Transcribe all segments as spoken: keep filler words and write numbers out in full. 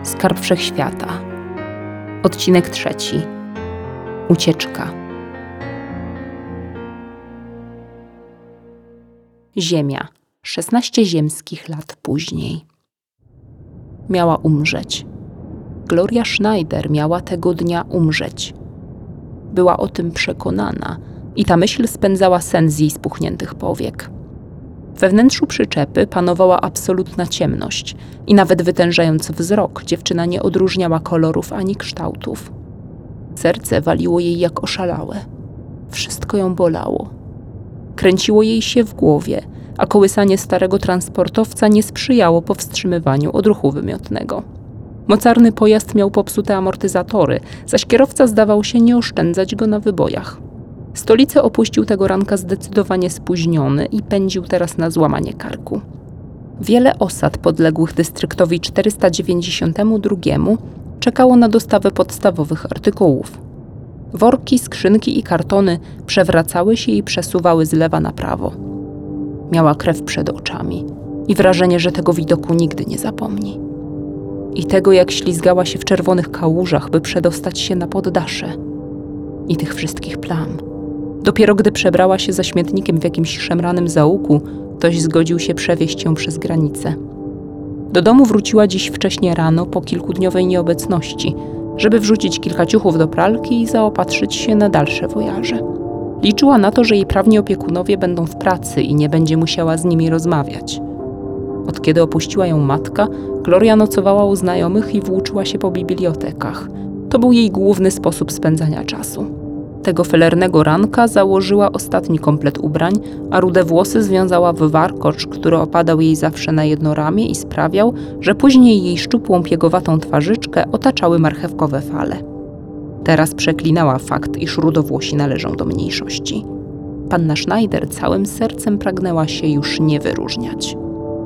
Skarb Wszechświata. Odcinek trzeci. Ucieczka. Ziemia. szesnaście ziemskich lat później. Miała umrzeć. Gloria Schneider miała tego dnia umrzeć. Była o tym przekonana i ta myśl spędzała sen z jej spuchniętych powiek. We wnętrzu przyczepy panowała absolutna ciemność i nawet wytężając wzrok, dziewczyna nie odróżniała kolorów ani kształtów. Serce waliło jej jak oszalałe. Wszystko ją bolało. Kręciło jej się w głowie, a kołysanie starego transportowca nie sprzyjało powstrzymywaniu odruchu wymiotnego. Mocarny pojazd miał popsute amortyzatory, zaś kierowca zdawał się nie oszczędzać go na wybojach. Stolicę opuścił tego ranka zdecydowanie spóźniony i pędził teraz na złamanie karku. Wiele osad podległych dystryktowi czterysta dziewięćdziesiątemu drugiemu czekało na dostawę podstawowych artykułów. Worki, skrzynki i kartony przewracały się i przesuwały z lewa na prawo. Miała krew przed oczami i wrażenie, że tego widoku nigdy nie zapomni. I tego, jak ślizgała się w czerwonych kałużach, by przedostać się na poddasze. I tych wszystkich plam. Dopiero gdy przebrała się za śmietnikiem w jakimś szemranym zaułku, ktoś zgodził się przewieźć ją przez granicę. Do domu wróciła dziś wcześnie rano po kilkudniowej nieobecności, żeby wrzucić kilka ciuchów do pralki i zaopatrzyć się na dalsze wojaże. Liczyła na to, że jej prawni opiekunowie będą w pracy i nie będzie musiała z nimi rozmawiać. Od kiedy opuściła ją matka, Gloria nocowała u znajomych i włóczyła się po bibliotekach. To był jej główny sposób spędzania czasu. Tego felernego ranka założyła ostatni komplet ubrań, a rude włosy związała w warkocz, który opadał jej zawsze na jedno ramię i sprawiał, że później jej szczupłą, piegowatą twarzyczkę otaczały marchewkowe fale. Teraz przeklinała fakt, iż rudowłosi należą do mniejszości. Panna Schneider całym sercem pragnęła się już nie wyróżniać.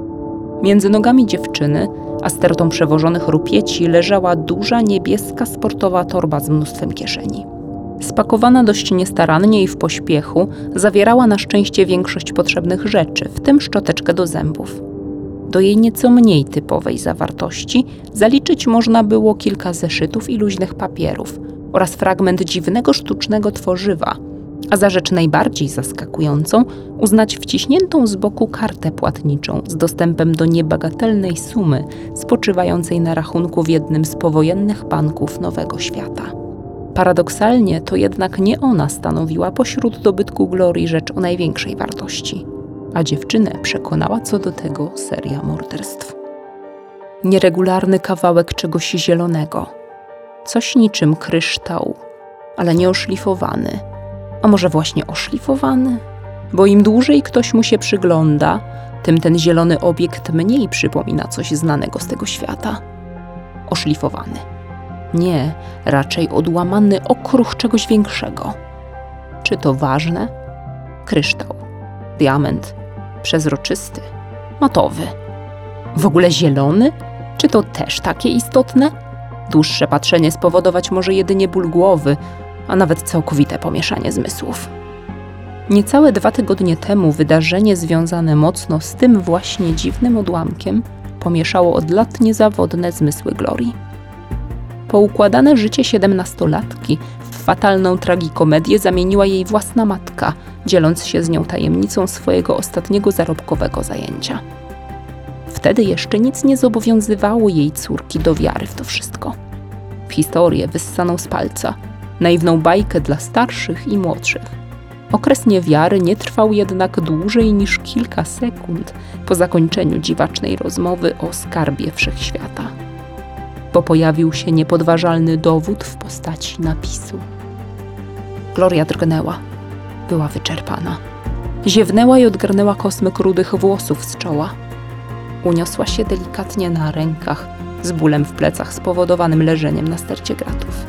Między nogami dziewczyny, a stertą przewożonych rupieci, leżała duża, niebieska, sportowa torba z mnóstwem kieszeni. Spakowana dość niestarannie i w pośpiechu, zawierała na szczęście większość potrzebnych rzeczy, w tym szczoteczkę do zębów. Do jej nieco mniej typowej zawartości zaliczyć można było kilka zeszytów i luźnych papierów oraz fragment dziwnego sztucznego tworzywa, a za rzecz najbardziej zaskakującą uznać wciśniętą z boku kartę płatniczą z dostępem do niebagatelnej sumy spoczywającej na rachunku w jednym z powojennych banków Nowego Świata. Paradoksalnie to jednak nie ona stanowiła pośród dobytku Glorii rzecz o największej wartości, a dziewczynę przekonała co do tego seria morderstw. Nieregularny kawałek czegoś zielonego, coś niczym kryształ, ale nie oszlifowany, a może właśnie oszlifowany? Bo im dłużej ktoś mu się przygląda, tym ten zielony obiekt mniej przypomina coś znanego z tego świata. Oszlifowany. Nie, raczej odłamany okruch czegoś większego. Czy to ważne? Kryształ, diament, przezroczysty, matowy. W ogóle zielony? Czy to też takie istotne? Dłuższe patrzenie spowodować może jedynie ból głowy, a nawet całkowite pomieszanie zmysłów. Niecałe dwa tygodnie temu wydarzenie związane mocno z tym właśnie dziwnym odłamkiem pomieszało od lat niezawodne zmysły Glorii. Poukładane życie siedemnastolatki w fatalną tragikomedię zamieniła jej własna matka, dzieląc się z nią tajemnicą swojego ostatniego zarobkowego zajęcia. Wtedy jeszcze nic nie zobowiązywało jej córki do wiary w to wszystko. W historię wyssaną z palca, naiwną bajkę dla starszych i młodszych. Okres niewiary nie trwał jednak dłużej niż kilka sekund po zakończeniu dziwacznej rozmowy o skarbie wszechświata. Bo pojawił się niepodważalny dowód w postaci napisu. Gloria drgnęła. Była wyczerpana. Ziewnęła i odgarnęła kosmyk rudych włosów z czoła. Uniosła się delikatnie na rękach, z bólem w plecach spowodowanym leżeniem na stercie gratów.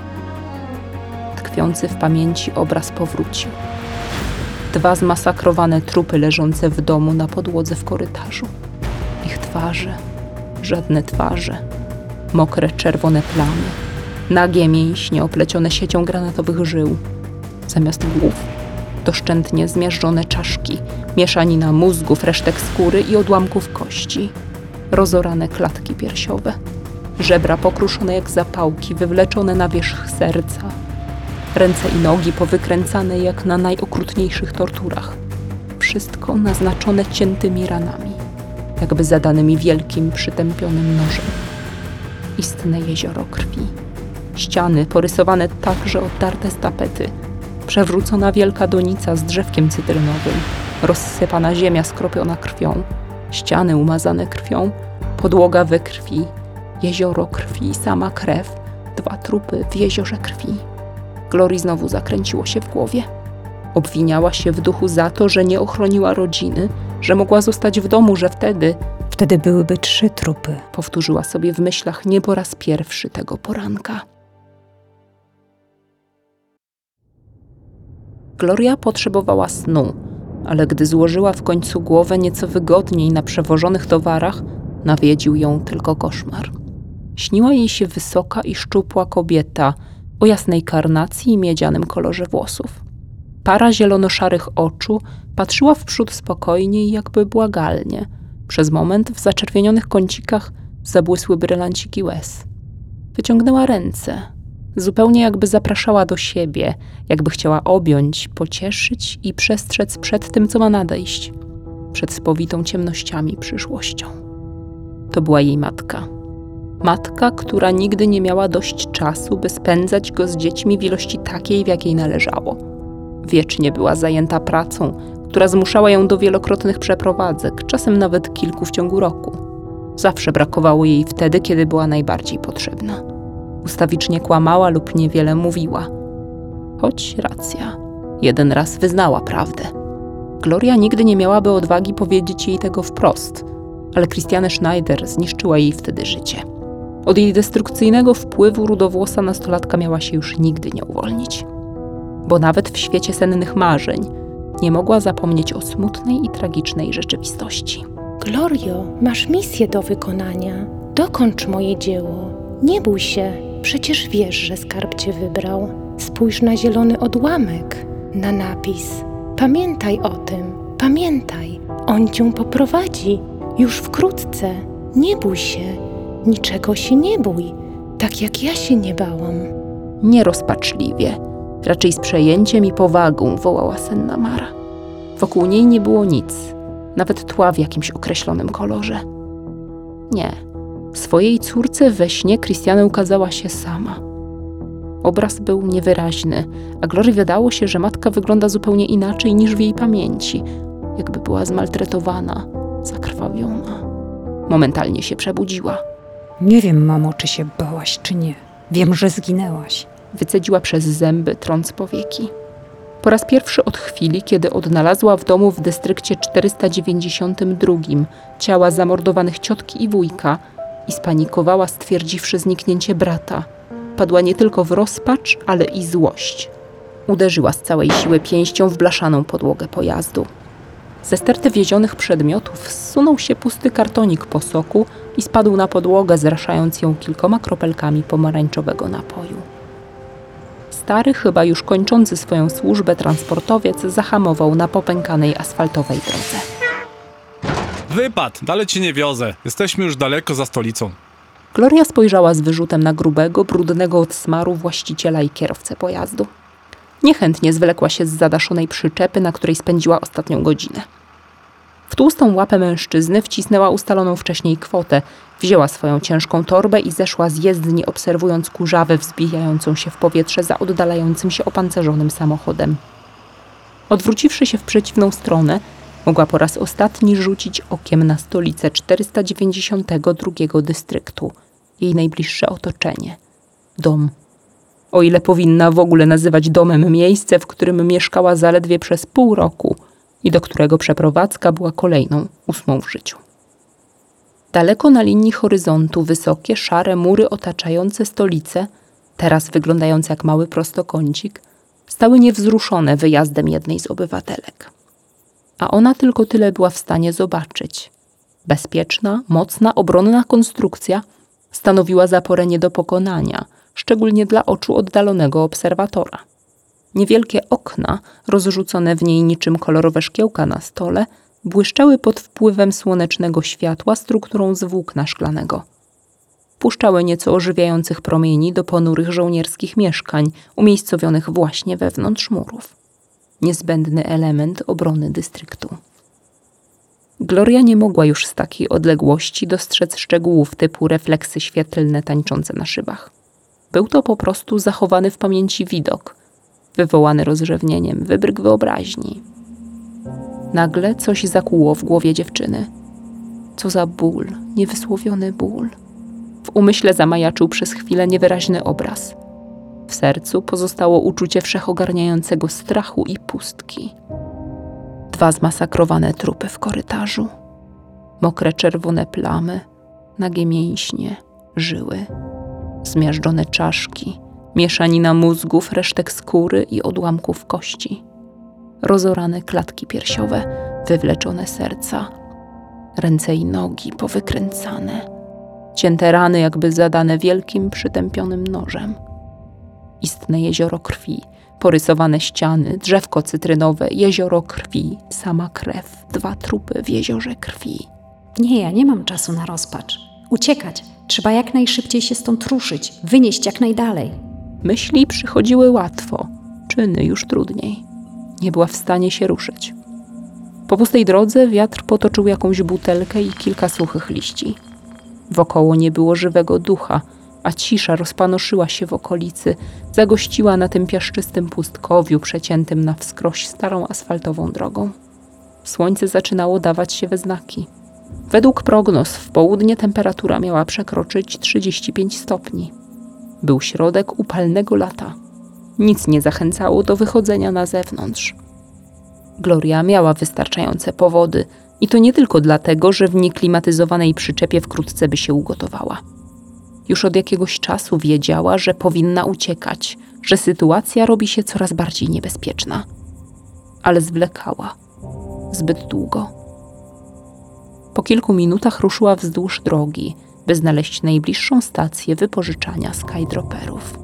Tkwiący w pamięci obraz powrócił. Dwa zmasakrowane trupy leżące w domu na podłodze w korytarzu. Ich twarze, żadne twarze, mokre czerwone plamy, nagie mięśnie oplecione siecią granatowych żył. Zamiast głów doszczętnie zmiażdżone czaszki, mieszanina mózgów, resztek skóry i odłamków kości, rozorane klatki piersiowe, Żebra pokruszone jak zapałki, wywleczone na wierzch serca. Ręce i nogi powykręcane jak na najokrutniejszych torturach. Wszystko naznaczone ciętymi ranami, jakby zadanymi wielkim, przytępionym nożem. Istne jezioro krwi. Ściany porysowane tak, że oddarte z tapety. Przewrócona wielka donica z drzewkiem cytrynowym. Rozsypana ziemia skropiona krwią. Ściany umazane krwią. Podłoga we krwi. Jezioro krwi, sama krew. Dwa trupy w jeziorze krwi. Glorii znowu zakręciło się w głowie. Obwiniała się w duchu za to, że nie ochroniła rodziny, że mogła zostać w domu, że wtedy... Wtedy byłyby trzy trupy. Powtórzyła sobie w myślach nie po raz pierwszy tego poranka. Gloria potrzebowała snu, ale gdy złożyła w końcu głowę nieco wygodniej na przewożonych towarach, nawiedził ją tylko koszmar. Śniła jej się wysoka i szczupła kobieta o jasnej karnacji i miedzianym kolorze włosów. Para zielono-szarych oczu patrzyła w przód spokojnie i jakby błagalnie. Przez moment w zaczerwienionych kącikach zabłysły brylanciki łez. Wyciągnęła ręce, zupełnie jakby zapraszała do siebie, jakby chciała objąć, pocieszyć i przestrzec przed tym, co ma nadejść, przed spowitą ciemnościami przyszłością. To była jej matka. Matka, która nigdy nie miała dość czasu, by spędzać go z dziećmi w ilości takiej, w jakiej należało. Wiecznie była zajęta pracą, która zmuszała ją do wielokrotnych przeprowadzek, czasem nawet kilku w ciągu roku. Zawsze brakowało jej wtedy, kiedy była najbardziej potrzebna. Ustawicznie kłamała lub niewiele mówiła. Choć racja, jeden raz wyznała prawdę. Gloria nigdy nie miałaby odwagi powiedzieć jej tego wprost, ale Christiane Schneider zniszczyła jej wtedy życie. Od jej destrukcyjnego wpływu rudowłosa nastolatka miała się już nigdy nie uwolnić. Bo nawet w świecie sennych marzeń nie mogła zapomnieć o smutnej i tragicznej rzeczywistości. Glorio, masz misję do wykonania. Dokończ moje dzieło. Nie bój się, przecież wiesz, że skarb cię wybrał. Spójrz na zielony odłamek, na napis. Pamiętaj o tym, pamiętaj. On cię poprowadzi. Już wkrótce. Nie bój się. Niczego się nie bój. Tak jak ja się nie bałam. Nierozpaczliwie, raczej z przejęciem i powagą wołała senna Mara. Wokół niej nie było nic, nawet tła w jakimś określonym kolorze. Nie, swojej córce we śnie Christiane ukazała się sama. Obraz był niewyraźny, a Glorii wydało się, że matka wygląda zupełnie inaczej niż w jej pamięci, jakby była zmaltretowana, zakrwawiona. Momentalnie się przebudziła. Nie wiem, mamo, czy się bałaś, czy nie. Wiem, że zginęłaś. Wycedziła przez zęby, trąc powieki. Po raz pierwszy od chwili, kiedy odnalazła w domu w dystrykcie czterysta dziewięćdziesiątym drugim ciała zamordowanych ciotki i wujka i spanikowała, stwierdziwszy zniknięcie brata, padła nie tylko w rozpacz, ale i złość. Uderzyła z całej siły pięścią w blaszaną podłogę pojazdu. Ze sterty wiezionych przedmiotów zsunął się pusty kartonik po soku i spadł na podłogę, zraszając ją kilkoma kropelkami pomarańczowego napoju. Stary, chyba już kończący swoją służbę transportowiec zahamował na popękanej asfaltowej drodze. Wypad! Dalej cię nie wiozę. Jesteśmy już daleko za stolicą. Gloria spojrzała z wyrzutem na grubego, brudnego od smaru właściciela i kierowcę pojazdu. Niechętnie zwlekła się z zadaszonej przyczepy, na której spędziła ostatnią godzinę. W tłustą łapę mężczyzny wcisnęła ustaloną wcześniej kwotę, wzięła swoją ciężką torbę i zeszła z jezdni, obserwując kurzawę wzbijającą się w powietrze za oddalającym się opancerzonym samochodem. Odwróciwszy się w przeciwną stronę, mogła po raz ostatni rzucić okiem na stolicę czterysta dziewięćdziesiątego drugiego dystryktu, jej najbliższe otoczenie. Dom. O ile powinna w ogóle nazywać domem miejsce, w którym mieszkała zaledwie przez pół roku i do którego przeprowadzka była kolejną, ósmą w życiu. Daleko na linii horyzontu wysokie, szare mury otaczające stolicę, teraz wyglądające jak mały prostokącik, stały niewzruszone wyjazdem jednej z obywatelek. A ona tylko tyle była w stanie zobaczyć. Bezpieczna, mocna, obronna konstrukcja stanowiła zaporę nie do pokonania, szczególnie dla oczu oddalonego obserwatora. Niewielkie okna, rozrzucone w niej niczym kolorowe szkiełka na stole, błyszczały pod wpływem słonecznego światła strukturą z włókna szklanego. wpuszczały nieco ożywiających promieni do ponurych żołnierskich mieszkań umiejscowionych właśnie wewnątrz murów. Niezbędny element obrony dystryktu. Gloria nie mogła już z takiej odległości dostrzec szczegółów typu refleksy świetlne tańczące na szybach. Był to po prostu zachowany w pamięci widok, wywołany rozrzewnieniem, wybryk wyobraźni. Nagle coś zakłuło w głowie dziewczyny. Co za ból, niewysłowiony ból. W umyśle zamajaczył przez chwilę niewyraźny obraz. W sercu pozostało uczucie wszechogarniającego strachu i pustki. Dwa zmasakrowane trupy w korytarzu. Mokre czerwone plamy, nagie mięśnie, żyły. Zmiażdżone czaszki, mieszanina mózgów, resztek skóry i odłamków kości. Rozorane klatki piersiowe, wywleczone serca. Ręce i nogi powykręcane. Cięte rany jakby zadane wielkim, przytępionym nożem. Istne jezioro krwi, porysowane ściany, drzewko cytrynowe, jezioro krwi, sama krew, dwa trupy w jeziorze krwi. Nie, ja nie mam czasu na rozpacz. Uciekać. Trzeba jak najszybciej się stąd ruszyć. Wynieść jak najdalej. Myśli przychodziły łatwo, czyny już trudniej. Nie była w stanie się ruszyć. Po pustej drodze wiatr potoczył jakąś butelkę i kilka suchych liści. Wokoło nie było żywego ducha, a cisza rozpanoszyła się w okolicy, zagościła na tym piaszczystym pustkowiu przeciętym na wskroś starą asfaltową drogą. Słońce zaczynało dawać się we znaki. Według prognoz w południe temperatura miała przekroczyć trzydzieści pięć stopni. Był środek upalnego lata. Nic nie zachęcało do wychodzenia na zewnątrz. Gloria miała wystarczające powody i to nie tylko dlatego, że w nieklimatyzowanej przyczepie wkrótce by się ugotowała. Już od jakiegoś czasu wiedziała, że powinna uciekać, że sytuacja robi się coraz bardziej niebezpieczna. Ale zwlekała. Zbyt długo. Po kilku minutach ruszyła wzdłuż drogi, by znaleźć najbliższą stację wypożyczania skydroperów.